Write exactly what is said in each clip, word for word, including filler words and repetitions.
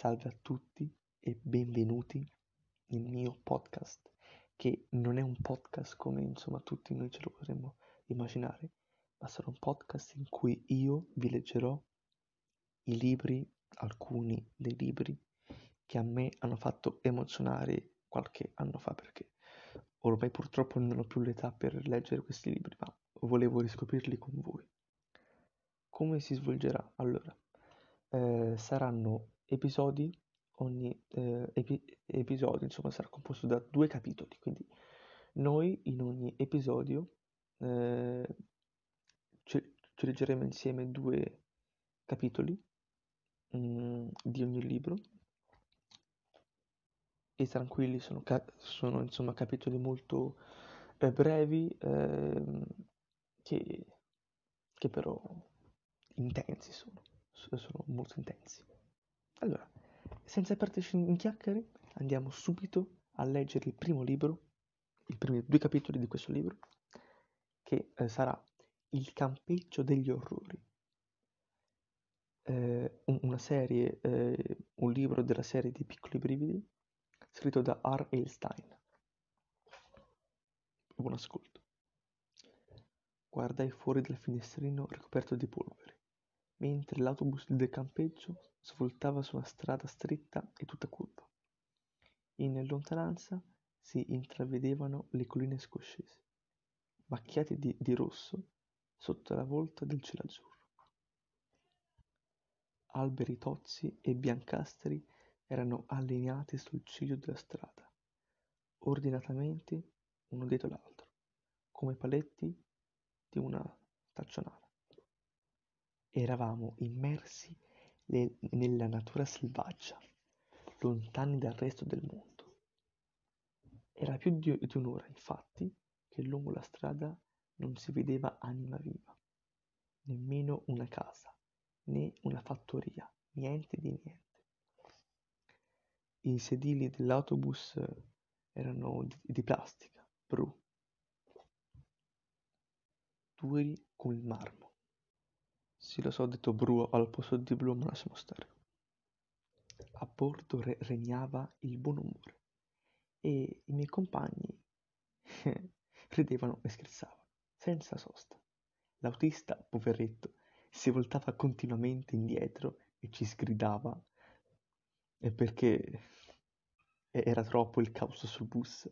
Salve a tutti e benvenuti nel mio podcast, che non è un podcast come insomma tutti noi ce lo potremmo immaginare, ma sarà un podcast in cui io vi leggerò i libri, alcuni dei libri che a me hanno fatto emozionare qualche anno fa, perché ormai purtroppo non ho più l'età per leggere questi libri, ma volevo riscoprirli con voi. Come si svolgerà? Allora, eh, saranno episodi, ogni eh, epi- episodio insomma sarà composto da due capitoli, quindi noi in ogni episodio eh, ci, ci leggeremo insieme due capitoli mm, di ogni libro e tranquilli, sono, ca- sono insomma capitoli molto eh, brevi ehm, che, che però intensi sono, so- sono molto intensi. Allora, senza perderci in chiacchiere, andiamo subito a leggere il primo libro, i primi due capitoli di questo libro, che eh, sarà Il campeggio degli orrori. Eh, un- una serie, eh, un libro della serie di Piccoli Brividi, scritto da R. L. Stein. Buon ascolto. Guardai fuori dal finestrino ricoperto di polvere, mentre l'autobus del campeggio svoltava su una strada stretta e tutta curva. In lontananza si intravedevano le colline scoscese, macchiate di, di rosso sotto la volta del cielo azzurro. Alberi tozzi e biancastri erano allineati sul ciglio della strada, ordinatamente uno dietro l'altro, come paletti di una staccionata. Eravamo immersi le- nella natura selvaggia, lontani dal resto del mondo. Era più di, di un'ora, infatti, che lungo la strada non si vedeva anima viva, nemmeno una casa, né una fattoria, niente di niente. I sedili dell'autobus erano di, di plastica, blu, duri come il marmo. Sì, lo so, ho detto blu al posto di blu, ma lasciamo stare. A bordo re- regnava il buon umore e i miei compagni ridevano e scherzavano, senza sosta. L'autista, poveretto, si voltava continuamente indietro e ci sgridava e perché era troppo il caos sul bus.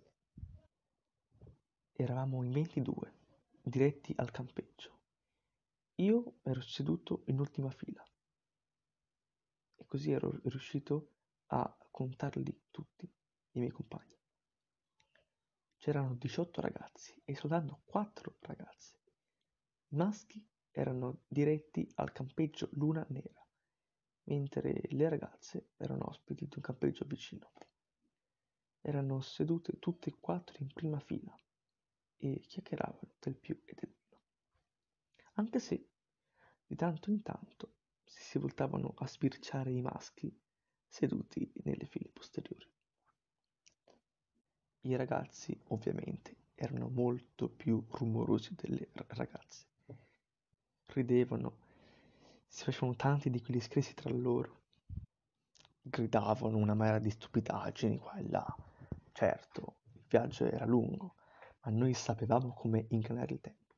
Eravamo in ventidue, diretti al campeggio. Io ero seduto in ultima fila e così ero riuscito a contarli tutti, i miei compagni. C'erano diciotto ragazzi e soltanto quattro ragazze. I maschi erano diretti al campeggio Luna Nera, mentre le ragazze erano ospiti di un campeggio vicino. Erano sedute tutte e quattro in prima fila e chiacchieravano del più e del meno, anche se di tanto in tanto si, si voltavano a sbirciare i maschi seduti nelle file posteriori. I ragazzi, ovviamente, erano molto più rumorosi delle ragazze. Ridevano, si facevano tanti di quegli scherzi tra loro, gridavano una marea di stupidaggini qua e là. Certo, il viaggio era lungo, ma noi sapevamo come ingannare il tempo.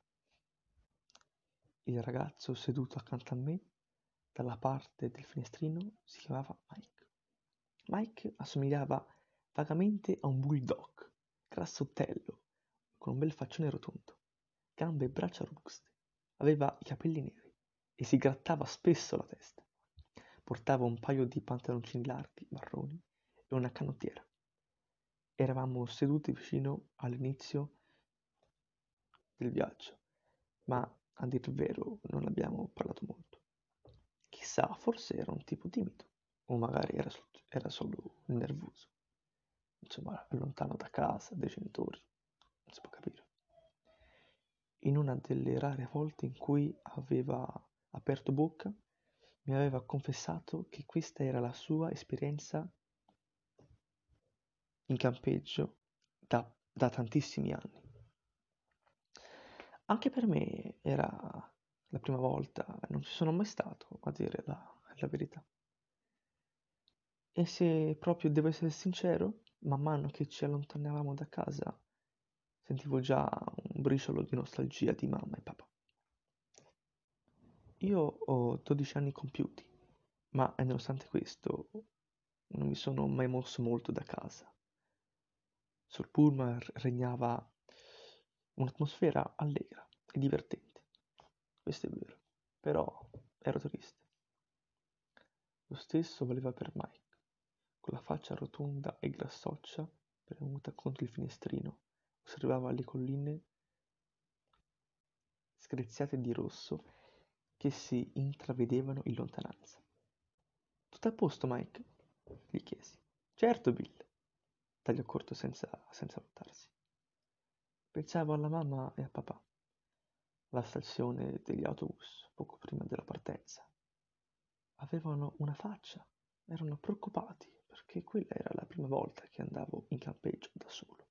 Il ragazzo seduto accanto a me, dalla parte del finestrino, si chiamava Mike. Mike assomigliava vagamente a un bulldog, grassottello, con un bel faccione rotondo, gambe e braccia robuste. Aveva i capelli neri e si grattava spesso la testa. Portava un paio di pantaloncini larghi, marroni, e una canottiera. Eravamo seduti vicino all'inizio del viaggio, ma a dir il vero non abbiamo parlato molto. Chissà, forse era un tipo timido, o magari era, sol- era solo nervoso. Insomma, lontano da casa, dai genitori, non si può capire. In una delle rare volte in cui aveva aperto bocca, mi aveva confessato che questa era la sua esperienza in campeggio da, da tantissimi anni. Anche per me era la prima volta, non ci sono mai stato, a dire la, la verità. E se proprio devo essere sincero, man mano che ci allontanavamo da casa, sentivo già un briciolo di nostalgia di mamma e papà. Io ho dodici anni compiuti, ma eh, nonostante questo non mi sono mai mosso molto da casa. Sul pullman regnava un'atmosfera allegra e divertente. Questo è vero, però ero triste. Lo stesso valeva per Mike, con la faccia rotonda e grassoccia premuta contro il finestrino. Osservava le colline screziate di rosso che si intravedevano in lontananza. Tutto a posto, Mike? Gli chiesi. Certo, Bill, tagliò corto senza, senza voltarsi. Pensavo alla mamma e a papà, alla stazione degli autobus, poco prima della partenza. Avevano una faccia, erano preoccupati, perché quella era la prima volta che andavo in campeggio da solo.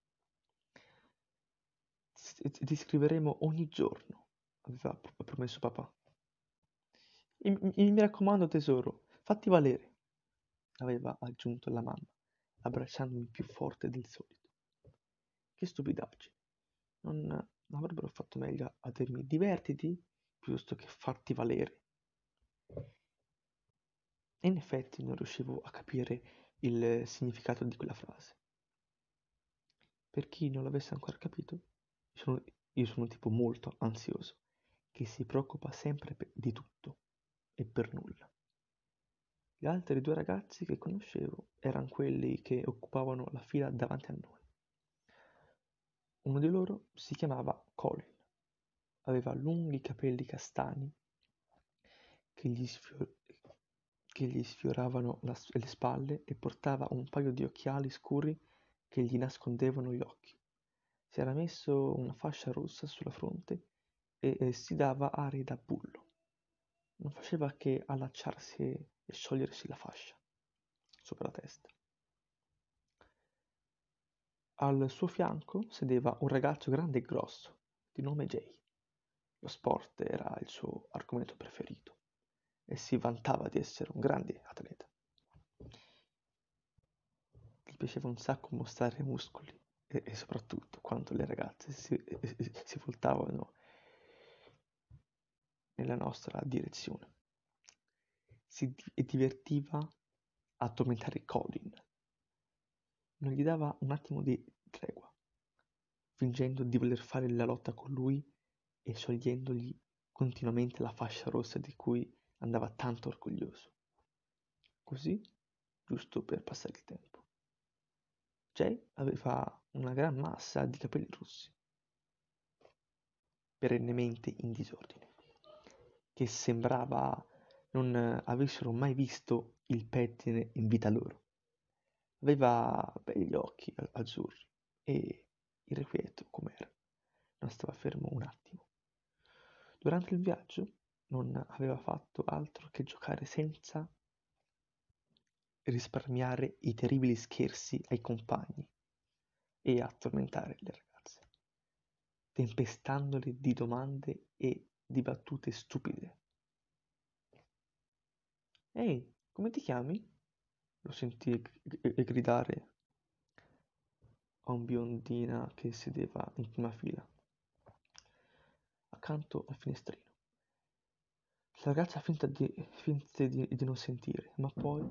Ti, ti scriveremo ogni giorno, aveva promesso papà. E, mi raccomando, tesoro, fatti valere, aveva aggiunto la mamma, abbracciandomi più forte del solito. Che stupidaggine. Non, non avrebbero fatto meglio a dirmi divertiti piuttosto che farti valere. E in effetti non riuscivo a capire il significato di quella frase. Per chi non l'avesse ancora capito, sono, io sono un tipo molto ansioso, che si preoccupa sempre di tutto e per nulla. Gli altri due ragazzi che conoscevo erano quelli che occupavano la fila davanti a noi. Uno di loro si chiamava Colin, aveva lunghi capelli castani che gli, sfior- che gli sfioravano la- le spalle e portava un paio di occhiali scuri che gli nascondevano gli occhi. Si era messo una fascia rossa sulla fronte e, e si dava aria da bullo. Non faceva che allacciarsi e sciogliersi la fascia sopra la testa. Al suo fianco sedeva un ragazzo grande e grosso, di nome Jay. Lo sport era il suo argomento preferito e si vantava di essere un grande atleta. Gli piaceva un sacco mostrare i muscoli e, e soprattutto quando le ragazze si, si, si voltavano nella nostra direzione. Si di- divertiva a tormentare Colin. Non gli dava un attimo di tregua, fingendo di voler fare la lotta con lui e sciogliendogli continuamente la fascia rossa di cui andava tanto orgoglioso. Così, giusto per passare il tempo. Jay aveva una gran massa di capelli rossi, perennemente in disordine, che sembrava non avessero mai visto il pettine in vita loro. Aveva begli occhi azzurri e irrequieto com'era, non stava fermo un attimo. Durante il viaggio non aveva fatto altro che giocare senza risparmiare i terribili scherzi ai compagni e a tormentare le ragazze, tempestandole di domande e di battute stupide. Ehi, come ti chiami? Lo sentii g- g- gridare a un biondina che sedeva in prima fila, accanto al finestrino. La ragazza finta di, finte di, di non sentire, ma poi...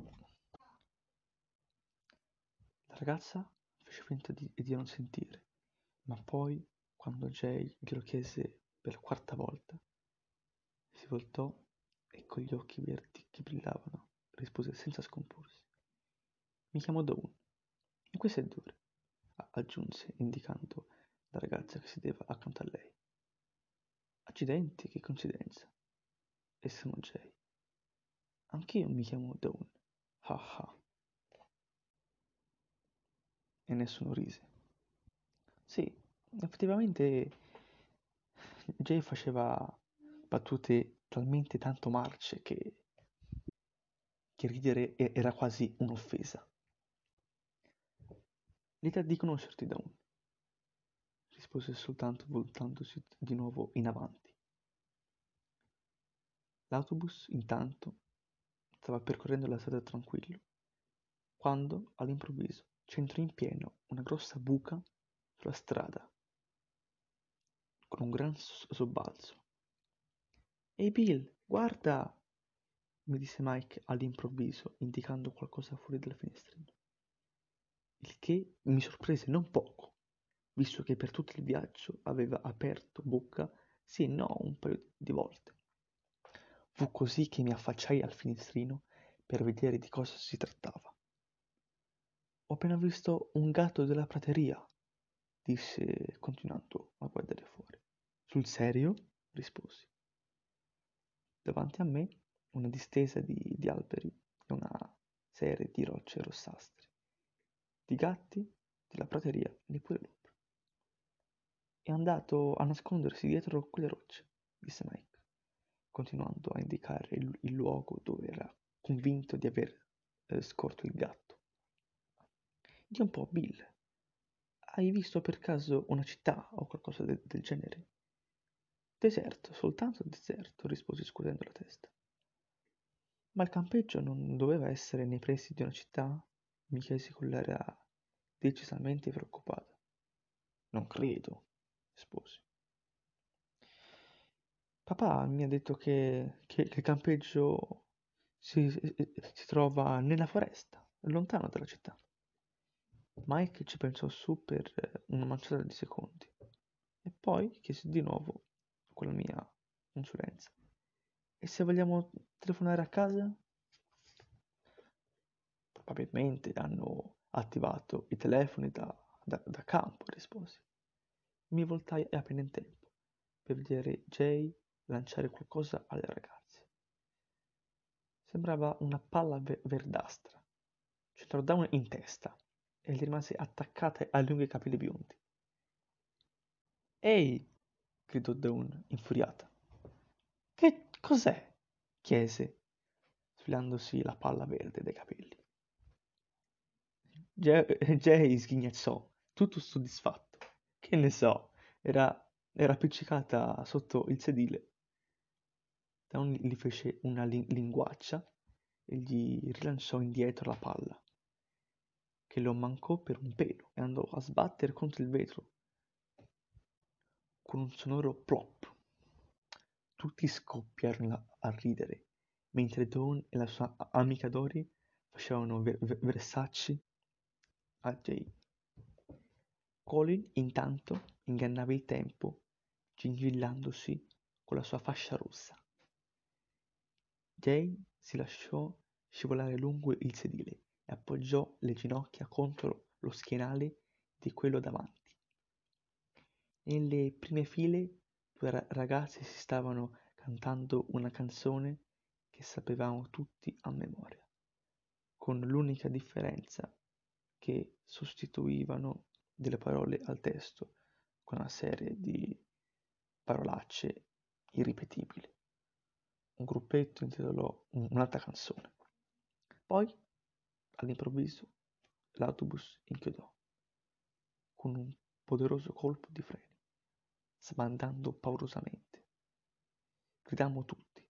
La ragazza fece finta di, di non sentire, ma poi, quando Jay glielo chiese per la quarta volta, si voltò e con gli occhi verdi che brillavano rispose senza scomporsi. Mi chiamo Dawn. E questo è dove? Aggiunse, indicando la ragazza che sedeva accanto a lei. Accidenti, che coincidenza, esclamò Jay. Anch'io mi chiamo Dawn. Ah ah. E nessuno rise. Sì, effettivamente Jay faceva battute talmente tanto marce che, che ridere e- era quasi un'offesa. L'idea di conoscerti, Dawn, rispose soltanto voltandosi di nuovo in avanti. L'autobus, intanto, stava percorrendo la strada tranquillo quando all'improvviso c'entrò in pieno una grossa buca sulla strada, con un gran sobbalzo. «Ehi Bill, guarda!» mi disse Mike all'improvviso, indicando qualcosa fuori dal finestrino. Il che mi sorprese non poco, visto che per tutto il viaggio aveva aperto bocca sì e no un paio di volte. Fu così che mi affacciai al finestrino per vedere di cosa si trattava. «Ho appena visto un gatto della prateria», disse continuando a guardare fuori. «Sul serio?» risposi. Davanti a me una distesa di, di alberi e una serie di rocce rossastre. Di gatti della prateria neppure l'ombra. «È andato a nascondersi dietro quelle rocce», disse Mike, continuando a indicare il, il luogo dove era convinto di aver eh, scorto il gatto. «Di un po', Bill. Hai visto per caso una città o qualcosa de- del genere?» «Deserto, soltanto deserto», risposi scudendo la testa. «Ma il campeggio non doveva essere nei pressi di una città?» mi chiesi con l'aria decisamente preoccupata. «Non credo», risposi. «Papà mi ha detto che, che il campeggio si, si, si trova nella foresta, lontano dalla città». Mike ci pensò su per una manciata di secondi e poi chiese di nuovo con la mia consulenza: «E se vogliamo telefonare a casa?» «Probabilmente hanno attivato i telefoni da, da, da campo», risposi. Mi voltai appena in tempo per vedere Jay lanciare qualcosa alle ragazze. Sembrava una palla ve- verdastra. C'entrò Dawn in testa e gli rimase attaccata ai lunghi capelli biondi. «Ehi!» gridò Dawn, infuriata. «Che cos'è?» chiese, sfilandosi la palla verde dai capelli. Jay, Jay sghignazzò, tutto soddisfatto. «Che ne so, era, era appiccicata sotto il sedile». Dawn gli fece una linguaccia e gli rilanciò indietro la palla, che lo mancò per un pelo e andò a sbattere contro il vetro con un sonoro plop. Tutti scoppiarono a ridere, mentre Dawn e la sua amica Dory facevano ver- ver- versacci a Jay. Colin, intanto, ingannava il tempo, gingillandosi con la sua fascia rossa. Jay si lasciò scivolare lungo il sedile e appoggiò le ginocchia contro lo schienale di quello davanti. Nelle prime file due ragazzi si stavano cantando una canzone che sapevamo tutti a memoria, con l'unica differenza che sostituivano delle parole al testo con una serie di parolacce irripetibili. Un gruppetto intitolò un'altra canzone. Poi, all'improvviso, l'autobus inchiodò con un poderoso colpo di freni, sbandando paurosamente. Gridammo tutti.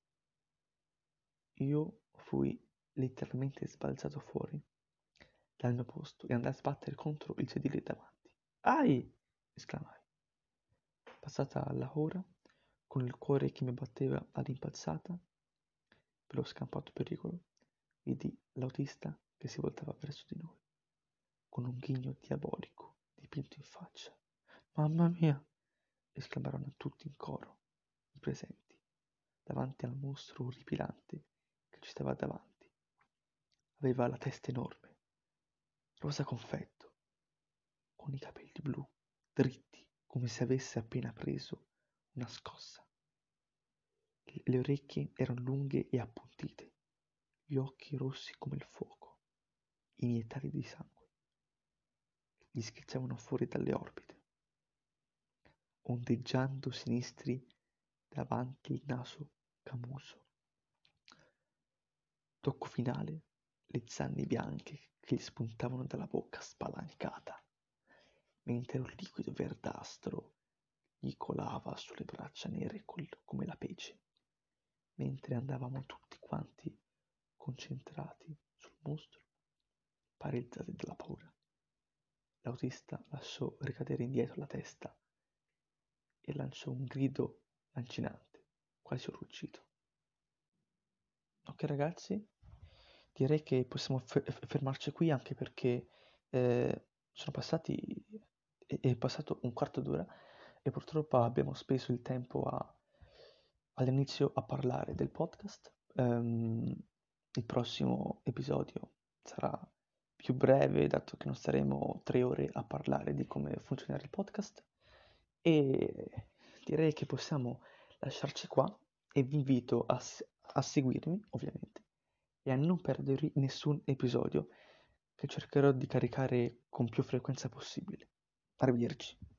Io fui letteralmente sbalzato fuori dal mio posto e andai a sbattere contro il sedile davanti. «Ai!» esclamai. Passata la ora, con il cuore che mi batteva all'impazzata per lo scampato pericolo, vidi l'autista che si voltava verso di noi, con un ghigno diabolico dipinto in faccia. «Mamma mia!» esclamarono tutti in coro, i presenti, davanti al mostro orripilante che ci stava davanti. Aveva la testa enorme, rosa confetto, con i capelli blu, dritti, come se avesse appena preso una scossa. Le orecchie erano lunghe e appuntite, gli occhi rossi come il fuoco, iniettati di sangue. Gli schizzavano fuori dalle orbite, ondeggiando sinistri davanti il naso camuso. Tocco finale, le zanne bianche che gli spuntavano dalla bocca spalancata, mentre un liquido verdastro gli colava sulle braccia nere col, come la pece, mentre andavamo tutti quanti concentrati sul mostro. paralizzati dalla paura. L'autista lasciò ricadere indietro la testa e lanciò un grido lancinante, quasi un ruggito. Ok ragazzi, direi che possiamo fe- fermarci qui anche perché eh, sono passati, è, è passato un quarto d'ora e purtroppo abbiamo speso il tempo a- all'inizio a parlare del podcast. Ehm, il prossimo episodio sarà più breve, dato che non staremo tre ore a parlare di come funzionare il podcast. E direi che possiamo lasciarci qua e vi invito a, s- a seguirmi, ovviamente, e a non perdervi nessun episodio che cercherò di caricare con più frequenza possibile. Arrivederci.